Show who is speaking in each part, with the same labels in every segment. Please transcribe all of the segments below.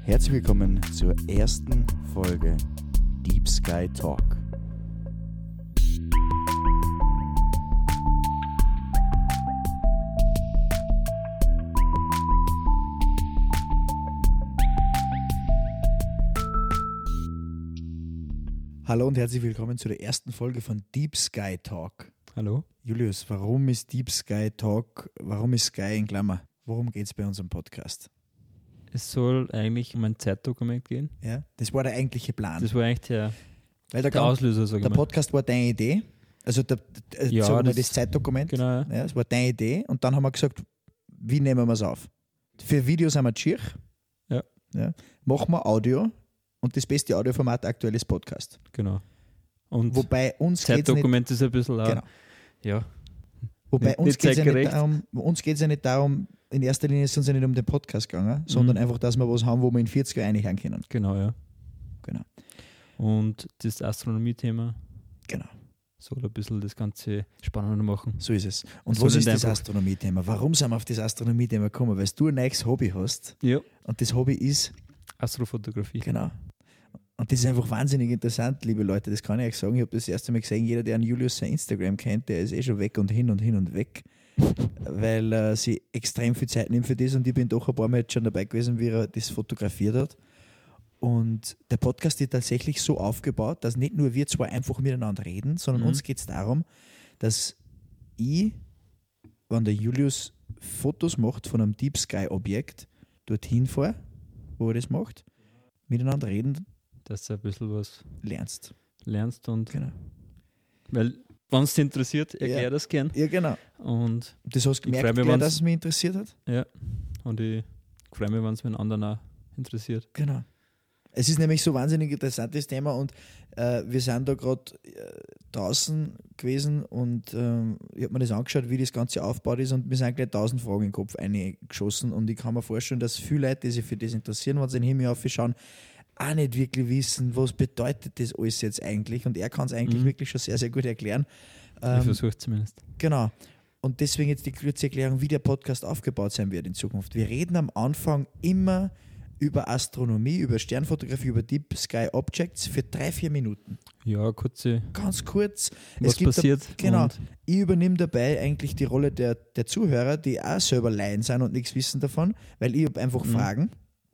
Speaker 1: Herzlich willkommen zur ersten Folge Deep Sky Talk. Hallo und herzlich willkommen zu der ersten Folge von Deep Sky Talk.
Speaker 2: Hallo.
Speaker 1: Julius, warum ist Deep Sky Talk, warum ist Sky in Klammer? Worum geht es bei unserem Podcast?
Speaker 2: Es soll eigentlich um ein Zeitdokument gehen.
Speaker 1: Ja, das war der eigentliche Plan.
Speaker 2: Das war eigentlich der
Speaker 1: Auslöser,
Speaker 2: sag ich
Speaker 1: der
Speaker 2: mal.
Speaker 1: Podcast war deine Idee, also das Zeitdokument.
Speaker 2: Genau.
Speaker 1: Ja, das war deine Idee und dann haben wir gesagt, wie nehmen wir es auf? Für Videos haben wir schier.
Speaker 2: Ja.
Speaker 1: Machen wir Audio und das beste Audioformat aktuell ist Podcast.
Speaker 2: Genau. Und
Speaker 1: Wobei uns geht's
Speaker 2: Zeitdokument ist ein bisschen
Speaker 1: Genau.
Speaker 2: ja.
Speaker 1: Wobei uns
Speaker 2: nicht
Speaker 1: geht es ja
Speaker 2: zeitgerecht.
Speaker 1: nicht darum, in erster Linie ist es uns ja nicht um den Podcast gegangen, sondern einfach, dass wir was haben, wo wir in 40 Jahren einhören können.
Speaker 2: Genau, ja.
Speaker 1: Genau.
Speaker 2: Und das Astronomie-Thema
Speaker 1: Genau,
Speaker 2: soll ein bisschen das Ganze spannender machen.
Speaker 1: so ist es. Und
Speaker 2: soll
Speaker 1: was ist
Speaker 2: nicht
Speaker 1: das
Speaker 2: einfach-
Speaker 1: Astronomie-Thema? Warum sind wir auf das Astronomie-Thema gekommen? Weil du ein neues Hobby hast
Speaker 2: Ja.
Speaker 1: und das Hobby ist,
Speaker 2: Astrofotografie.
Speaker 1: genau. Und das ist einfach wahnsinnig interessant, liebe Leute, das kann ich euch sagen. Ich habe das erste Mal gesehen, jeder, der an Julius sein Instagram kennt, der ist eh schon weg und hin und weg, weil sie extrem viel Zeit nimmt für das und ich bin doch ein paar Mal jetzt schon dabei gewesen, wie er das fotografiert hat. Und der Podcast ist tatsächlich so aufgebaut, dass nicht nur wir zwei einfach miteinander reden, sondern uns geht es darum, dass ich, wenn der Julius Fotos macht von einem Deep Sky Objekt, dorthin fahre, wo er das macht, miteinander reden,
Speaker 2: Dass du ein bisschen was
Speaker 1: lernst.
Speaker 2: lernst und
Speaker 1: Genau.
Speaker 2: weil, wenn es dich interessiert, erklär
Speaker 1: Ja.
Speaker 2: das gern.
Speaker 1: Ja, genau.
Speaker 2: Und
Speaker 1: Das hast du
Speaker 2: Ich freu
Speaker 1: gemerkt,
Speaker 2: mich,
Speaker 1: gleich,
Speaker 2: wenn's-
Speaker 1: dass es mich interessiert hat?
Speaker 2: ja. Und ich freue mich, wenn es mit anderen auch interessiert.
Speaker 1: Genau. Es ist nämlich so ein wahnsinnig interessantes Thema und wir sind da gerade draußen gewesen und ich habe mir das angeschaut, wie das Ganze aufgebaut ist und mir sind gleich 1000 Fragen in den Kopf eingeschossen und ich kann mir vorstellen, dass viele Leute, die sich für das interessieren, wenn sie den Himmel aufschauen, auch nicht wirklich wissen, was bedeutet das alles jetzt eigentlich und er kann es eigentlich wirklich schon sehr, sehr gut erklären.
Speaker 2: Ich versuche es zumindest.
Speaker 1: Genau. Und deswegen jetzt die kurze Erklärung, wie der Podcast aufgebaut sein wird in Zukunft. Wir reden am Anfang immer über Astronomie, über Sternfotografie, über Deep Sky Objects für 3-4 Minuten.
Speaker 2: Ja, kurze,
Speaker 1: Ganz kurz.
Speaker 2: was passiert.
Speaker 1: Genau.
Speaker 2: Und
Speaker 1: Ich übernehme dabei eigentlich die Rolle der Zuhörer, die auch selber Laien sind und nichts wissen davon, weil ich habe einfach Fragen.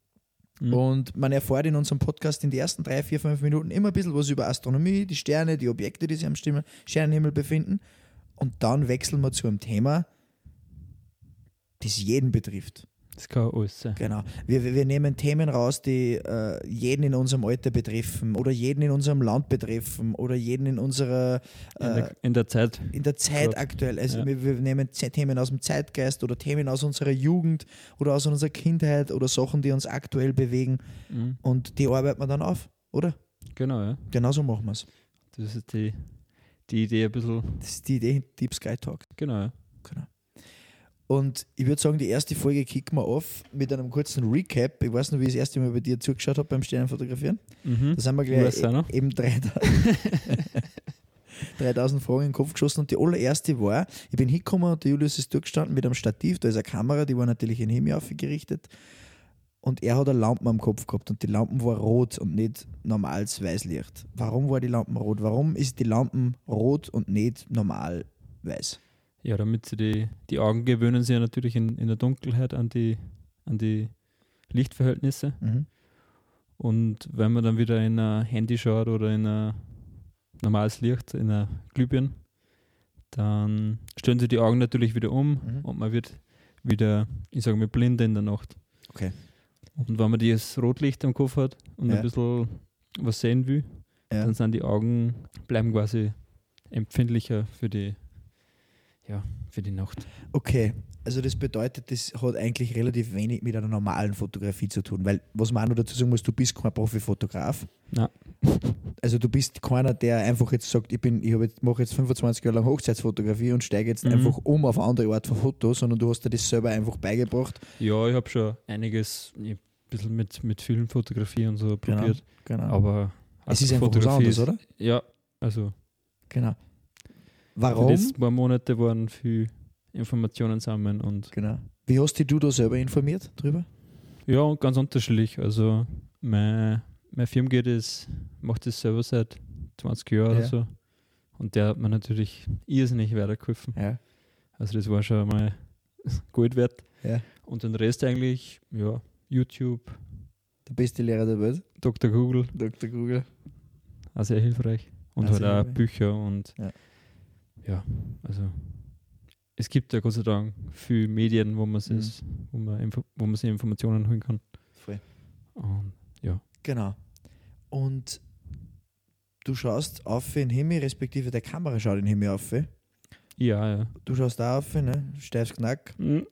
Speaker 1: Und man erfährt in unserem Podcast in den ersten 3-4-5 Minuten immer ein bisschen was über Astronomie, die Sterne, die Objekte, die sich am Sternenhimmel befinden. Und dann wechseln wir zu einem Thema, das jeden betrifft.
Speaker 2: das kann alles sein.
Speaker 1: Genau. Wir nehmen Themen raus, die jeden in unserem Alter betreffen oder jeden in unserem Land betreffen oder jeden in unserer
Speaker 2: In der Zeit.
Speaker 1: in der Zeit
Speaker 2: Grad.
Speaker 1: aktuell. Also
Speaker 2: Ja.
Speaker 1: wir nehmen Themen aus dem Zeitgeist oder Themen aus unserer Jugend oder aus unserer Kindheit oder Sachen, die uns aktuell bewegen und die arbeiten wir dann auf, oder?
Speaker 2: Genau, ja.
Speaker 1: Genau so machen wir es.
Speaker 2: Das ist die Idee ein bisschen.
Speaker 1: Das ist die Idee, Deep Sky Talk.
Speaker 2: Genau, ja.
Speaker 1: Genau. Und ich würde sagen, die erste Folge kicken wir auf mit einem kurzen Recap. Ich weiß noch, wie ich das erste Mal bei dir zugeschaut habe beim Sternenfotografieren. Da sind wir
Speaker 2: Ich weiß auch
Speaker 1: gleich
Speaker 2: noch.
Speaker 1: eben 3000 Fragen in den Kopf geschossen. Und die allererste war, ich bin hingekommen und der Julius ist durchgestanden mit einem Stativ, da ist eine Kamera, die war natürlich in den Himmel aufgerichtet. Und er hat eine Lampe am Kopf gehabt und die Lampe war rot und nicht normales Weißlicht. Warum war die Lampe rot? Warum ist die Lampe rot und nicht normal weiß?
Speaker 2: Ja, damit sie die Augen gewöhnen sich ja natürlich in der Dunkelheit an die Lichtverhältnisse.
Speaker 1: Mhm.
Speaker 2: Und wenn man dann wieder in ein Handy schaut oder in ein normales Licht, in eine Glühbirne, dann stellen sie die Augen natürlich wieder um und man wird wieder, ich sage mal, blind in der Nacht.
Speaker 1: Okay.
Speaker 2: Und wenn man das Rotlicht am Kopf hat und
Speaker 1: Ja.
Speaker 2: ein bisschen was sehen will,
Speaker 1: Ja.
Speaker 2: dann sind die Augen, bleiben quasi empfindlicher für die Nacht.
Speaker 1: Okay, also das bedeutet, das hat eigentlich relativ wenig mit einer normalen Fotografie zu tun, weil, was man auch noch dazu sagen muss, du bist kein Profi-Fotograf.
Speaker 2: Nein.
Speaker 1: Also du bist keiner, der einfach jetzt sagt, mache jetzt 25 Jahre lang Hochzeitsfotografie und steige jetzt einfach um auf eine andere Art von Foto, sondern du hast dir das selber einfach beigebracht.
Speaker 2: Ja, ich habe schon einiges ein bisschen mit Filmfotografie und so
Speaker 1: Genau,
Speaker 2: probiert,
Speaker 1: genau.
Speaker 2: aber
Speaker 1: Es ist einfach was
Speaker 2: Fotografie
Speaker 1: anderes,
Speaker 2: ist-
Speaker 1: oder?
Speaker 2: Ja, also
Speaker 1: Genau.
Speaker 2: für
Speaker 1: Warum?
Speaker 2: das paar Monate waren viel Informationen sammeln und
Speaker 1: Genau. Wie hast dich du da selber informiert drüber?
Speaker 2: Ja, und ganz unterschiedlich. Also mein Firmengeld macht das selber seit 20 Jahren
Speaker 1: Ja.
Speaker 2: oder so. Und der hat mir natürlich irrsinnig weitergeholfen.
Speaker 1: Ja.
Speaker 2: Also das war schon mal Gold wert.
Speaker 1: Ja.
Speaker 2: Und den Rest eigentlich, ja, YouTube,
Speaker 1: Der beste Lehrer der Welt,
Speaker 2: Dr. Google,
Speaker 1: Dr. Google.
Speaker 2: auch sehr hilfreich. Und
Speaker 1: Auch
Speaker 2: halt
Speaker 1: sehr
Speaker 2: auch
Speaker 1: hilfreich.
Speaker 2: Bücher und
Speaker 1: Ja.
Speaker 2: also es gibt ja Gott sei Dank viele Medien, wo man sich Informationen holen kann.
Speaker 1: Voll.
Speaker 2: Und
Speaker 1: Genau. Und du schaust auf in den Himmel, respektive der Kamera schaut in den Himmel auf.
Speaker 2: ja.
Speaker 1: Du schaust da auf, ne? Steifst Knack.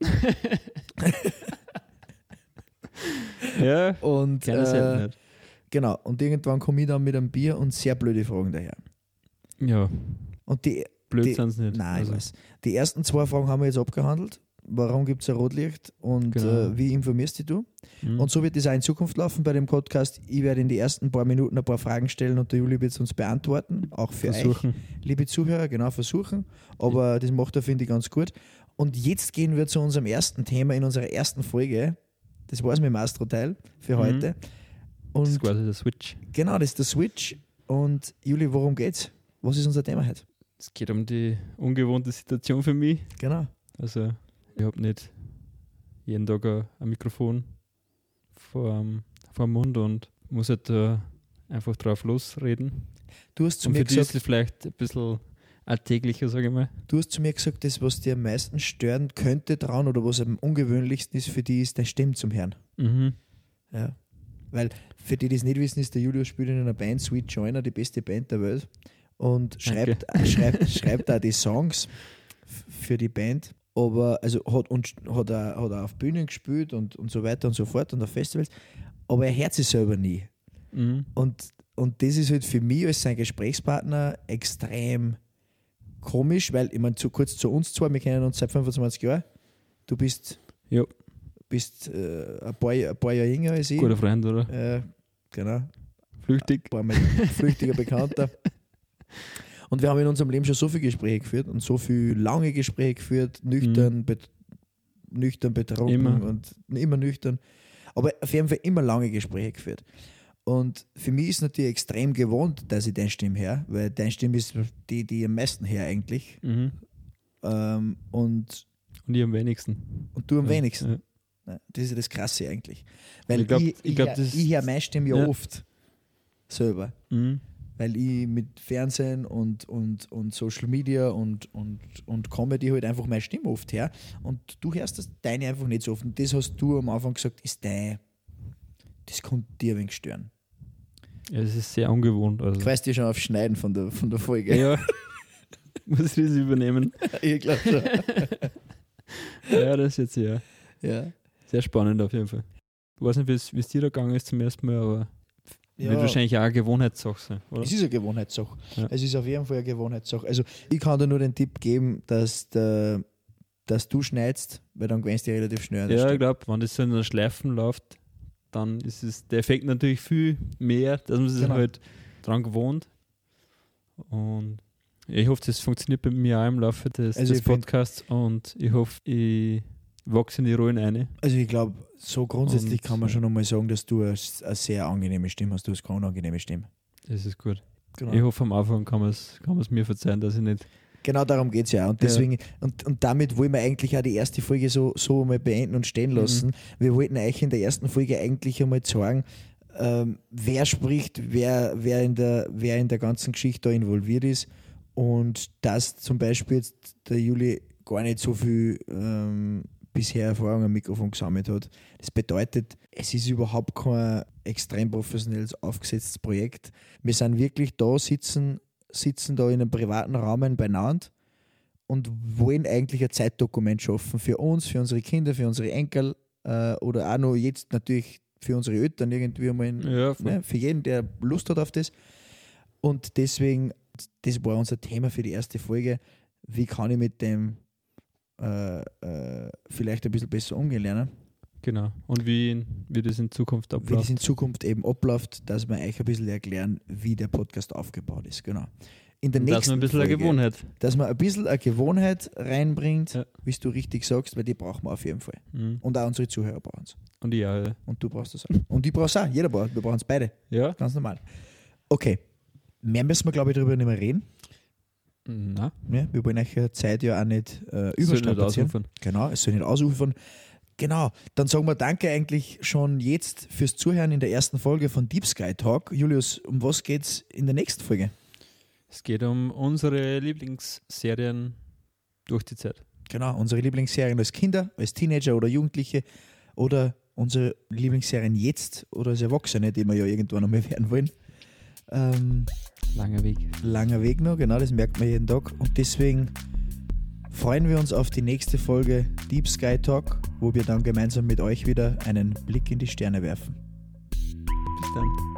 Speaker 2: Ja,
Speaker 1: Und
Speaker 2: gerne selten nicht.
Speaker 1: genau. Und irgendwann komme ich dann mit einem Bier und sehr blöde Fragen daher.
Speaker 2: Ja,
Speaker 1: Und die
Speaker 2: blöd sind sie nicht.
Speaker 1: Nein,
Speaker 2: Also,
Speaker 1: ich weiß. Die ersten 2 Fragen haben wir jetzt abgehandelt. Warum gibt es ein Rotlicht und
Speaker 2: Genau.
Speaker 1: wie informierst dich du?
Speaker 2: mhm.
Speaker 1: Und so wird es auch in Zukunft laufen bei dem Podcast. Ich werde in die ersten paar Minuten ein paar Fragen stellen und der Juli wird es uns beantworten. Auch für
Speaker 2: versuchen.
Speaker 1: euch, liebe Zuhörer, genau versuchen. Aber das macht er, finde ich, ganz gut. Und jetzt gehen wir zu unserem ersten Thema in unserer ersten Folge. Das war es mit dem Astro-Teil für heute.
Speaker 2: Das
Speaker 1: Und
Speaker 2: ist quasi der Switch.
Speaker 1: genau, das ist der Switch. Und Juli, worum geht's? Was ist unser Thema heute?
Speaker 2: Es geht um die ungewohnte Situation für mich.
Speaker 1: Genau.
Speaker 2: Also ich habe nicht jeden Tag ein Mikrofon vor dem Mund und muss halt einfach drauf losreden.
Speaker 1: Du hast zu
Speaker 2: Und
Speaker 1: mir
Speaker 2: für dich ist
Speaker 1: gesagt,
Speaker 2: es vielleicht ein bisschen alltäglicher, sage ich mal.
Speaker 1: das, was dir am meisten stören könnte dran oder was am ungewöhnlichsten ist für dich, ist der Stimme zum Herrn.
Speaker 2: Mhm.
Speaker 1: Ja. Weil für die, die es nicht wissen, ist der Julius spielt in einer Band, Sweet Joiner, die beste Band der Welt. Und schreibt auch die Songs für die Band. Aber also hat auch auf Bühnen gespielt und so weiter und so fort und auf Festivals. Aber er hört sich selber nie.
Speaker 2: Mhm.
Speaker 1: Und das ist halt für mich als sein Gesprächspartner extrem komisch, weil ich meine, kurz zu uns zwei, wir kennen uns seit 25 Jahren. Du bist
Speaker 2: Ja,
Speaker 1: ein paar Jahre jünger als ich.
Speaker 2: guter Freund, oder?
Speaker 1: Genau.
Speaker 2: Flüchtig.
Speaker 1: Ein paar Mal flüchtiger Bekannter. Und wir haben in unserem Leben schon so viele Gespräche geführt und so viele lange Gespräche geführt, nüchtern, betrunken
Speaker 2: Immer.
Speaker 1: und immer nüchtern. Aber auf jeden Fall immer lange Gespräche geführt. Und für mich ist natürlich extrem gewohnt, dass ich deine Stimme höre, weil deine Stimme ist die am meisten her eigentlich.
Speaker 2: Mhm.
Speaker 1: Und
Speaker 2: Und ich am wenigsten.
Speaker 1: du am
Speaker 2: Ja,
Speaker 1: wenigsten.
Speaker 2: Ja.
Speaker 1: Ja, das ist ja das Krasse eigentlich. Weil
Speaker 2: Ich glaub,
Speaker 1: ich
Speaker 2: das ist-
Speaker 1: höre meine Stimme ja
Speaker 2: ja.
Speaker 1: oft selber.
Speaker 2: Mhm.
Speaker 1: Weil ich mit Fernsehen und Social Media und Comedy halt einfach meine Stimme oft her. Und du hörst das deine einfach nicht so oft. Und das hast du am Anfang gesagt, das kann dir ein wenig stören.
Speaker 2: Ja, es ist sehr ungewohnt. Also.
Speaker 1: Ich weiß dir schon auf Schneiden von der Folge.
Speaker 2: Ja, muss ich das übernehmen.
Speaker 1: Ich glaube schon.
Speaker 2: Ja, das ist jetzt
Speaker 1: Ja.
Speaker 2: sehr spannend auf jeden Fall. Ich weiß nicht, wie es dir da gegangen ist zum ersten Mal, aber wird
Speaker 1: Ja.
Speaker 2: wahrscheinlich auch eine Gewohnheitssache sein, oder?
Speaker 1: Es ist eine Gewohnheitssache.
Speaker 2: Ja.
Speaker 1: Es ist auf jeden Fall eine Gewohnheitssache. Also ich kann dir nur den Tipp geben, dass du schneidest, weil dann gewöhnst du dich relativ schnell an der
Speaker 2: Ja, ich
Speaker 1: Stimme.
Speaker 2: glaube, wenn das so in einer Schleifen läuft, dann ist es der Effekt natürlich viel mehr, dass man sich
Speaker 1: Genau.
Speaker 2: halt dran gewohnt. Und ich hoffe, das funktioniert bei mir auch im Laufe des
Speaker 1: Also ich find-
Speaker 2: Podcasts und ich hoffe, ich wachse in die Rollen ein.
Speaker 1: Also ich glaube, so grundsätzlich
Speaker 2: Und,
Speaker 1: kann man schon einmal sagen, dass du eine sehr angenehme Stimme hast. Du hast keine unangenehme Stimme.
Speaker 2: Das ist gut.
Speaker 1: Genau.
Speaker 2: Ich hoffe, am Anfang kann man es mir verzeihen, dass ich nicht.
Speaker 1: Genau darum geht es ja. Und deswegen, und damit wollen wir eigentlich auch die erste Folge so mal beenden und stehen lassen. Wir wollten euch in der ersten Folge eigentlich einmal sagen, wer spricht, wer in der ganzen Geschichte da involviert ist. Und dass zum Beispiel jetzt der Juli gar nicht so viel bisher Erfahrung am Mikrofon gesammelt hat. Das bedeutet, es ist überhaupt kein extrem professionelles aufgesetztes Projekt. Wir sind wirklich da, sitzen da in einem privaten Rahmen beieinander und wollen eigentlich ein Zeitdokument schaffen für uns, für unsere Kinder, für unsere Enkel oder auch noch jetzt natürlich für unsere Eltern irgendwie einmal,
Speaker 2: Ja,
Speaker 1: für jeden, der Lust hat auf das. Und deswegen, das war unser Thema für die erste Folge. Wie kann ich mit dem vielleicht ein bisschen besser umgehen lernen?
Speaker 2: genau. Und wie das in Zukunft
Speaker 1: Wie das
Speaker 2: abläuft.
Speaker 1: in Zukunft eben abläuft, dass wir euch ein bisschen erklären, wie der Podcast aufgebaut ist. Genau. in der
Speaker 2: Und
Speaker 1: nächsten
Speaker 2: dass man ein bisschen
Speaker 1: Folge,
Speaker 2: eine Gewohnheit.
Speaker 1: dass man ein bisschen eine Gewohnheit reinbringt,
Speaker 2: Ja.
Speaker 1: wie du richtig sagst, weil die brauchen wir auf jeden Fall. Und auch unsere Zuhörer brauchen es.
Speaker 2: Und ja.
Speaker 1: Und du brauchst das auch. Und ich brauche es auch. Jeder braucht. Wir brauchen es beide.
Speaker 2: Ja.
Speaker 1: Ganz normal. Okay. Mehr müssen wir, glaube ich, darüber nicht mehr reden.
Speaker 2: Na,
Speaker 1: Ja, wir wollen euch ja Zeit ja auch nicht
Speaker 2: soll nicht
Speaker 1: überstrapazieren.
Speaker 2: ausufern.
Speaker 1: Genau, es soll nicht ausufern. Genau, dann sagen wir danke eigentlich schon jetzt fürs Zuhören in der ersten Folge von Deep Sky Talk. Julius, um was geht's in der nächsten Folge?
Speaker 2: Es geht um unsere Lieblingsserien durch die Zeit.
Speaker 1: Genau, unsere Lieblingsserien als Kinder, als Teenager oder Jugendliche oder unsere Lieblingsserien jetzt oder als Erwachsene, die wir ja irgendwann noch mehr werden wollen.
Speaker 2: Langer Weg.
Speaker 1: Langer Weg noch, genau, das merkt man jeden Tag. Und deswegen freuen wir uns auf die nächste Folge Deep Sky Talk, wo wir dann gemeinsam mit euch wieder einen Blick in die Sterne werfen.
Speaker 2: Bis dann.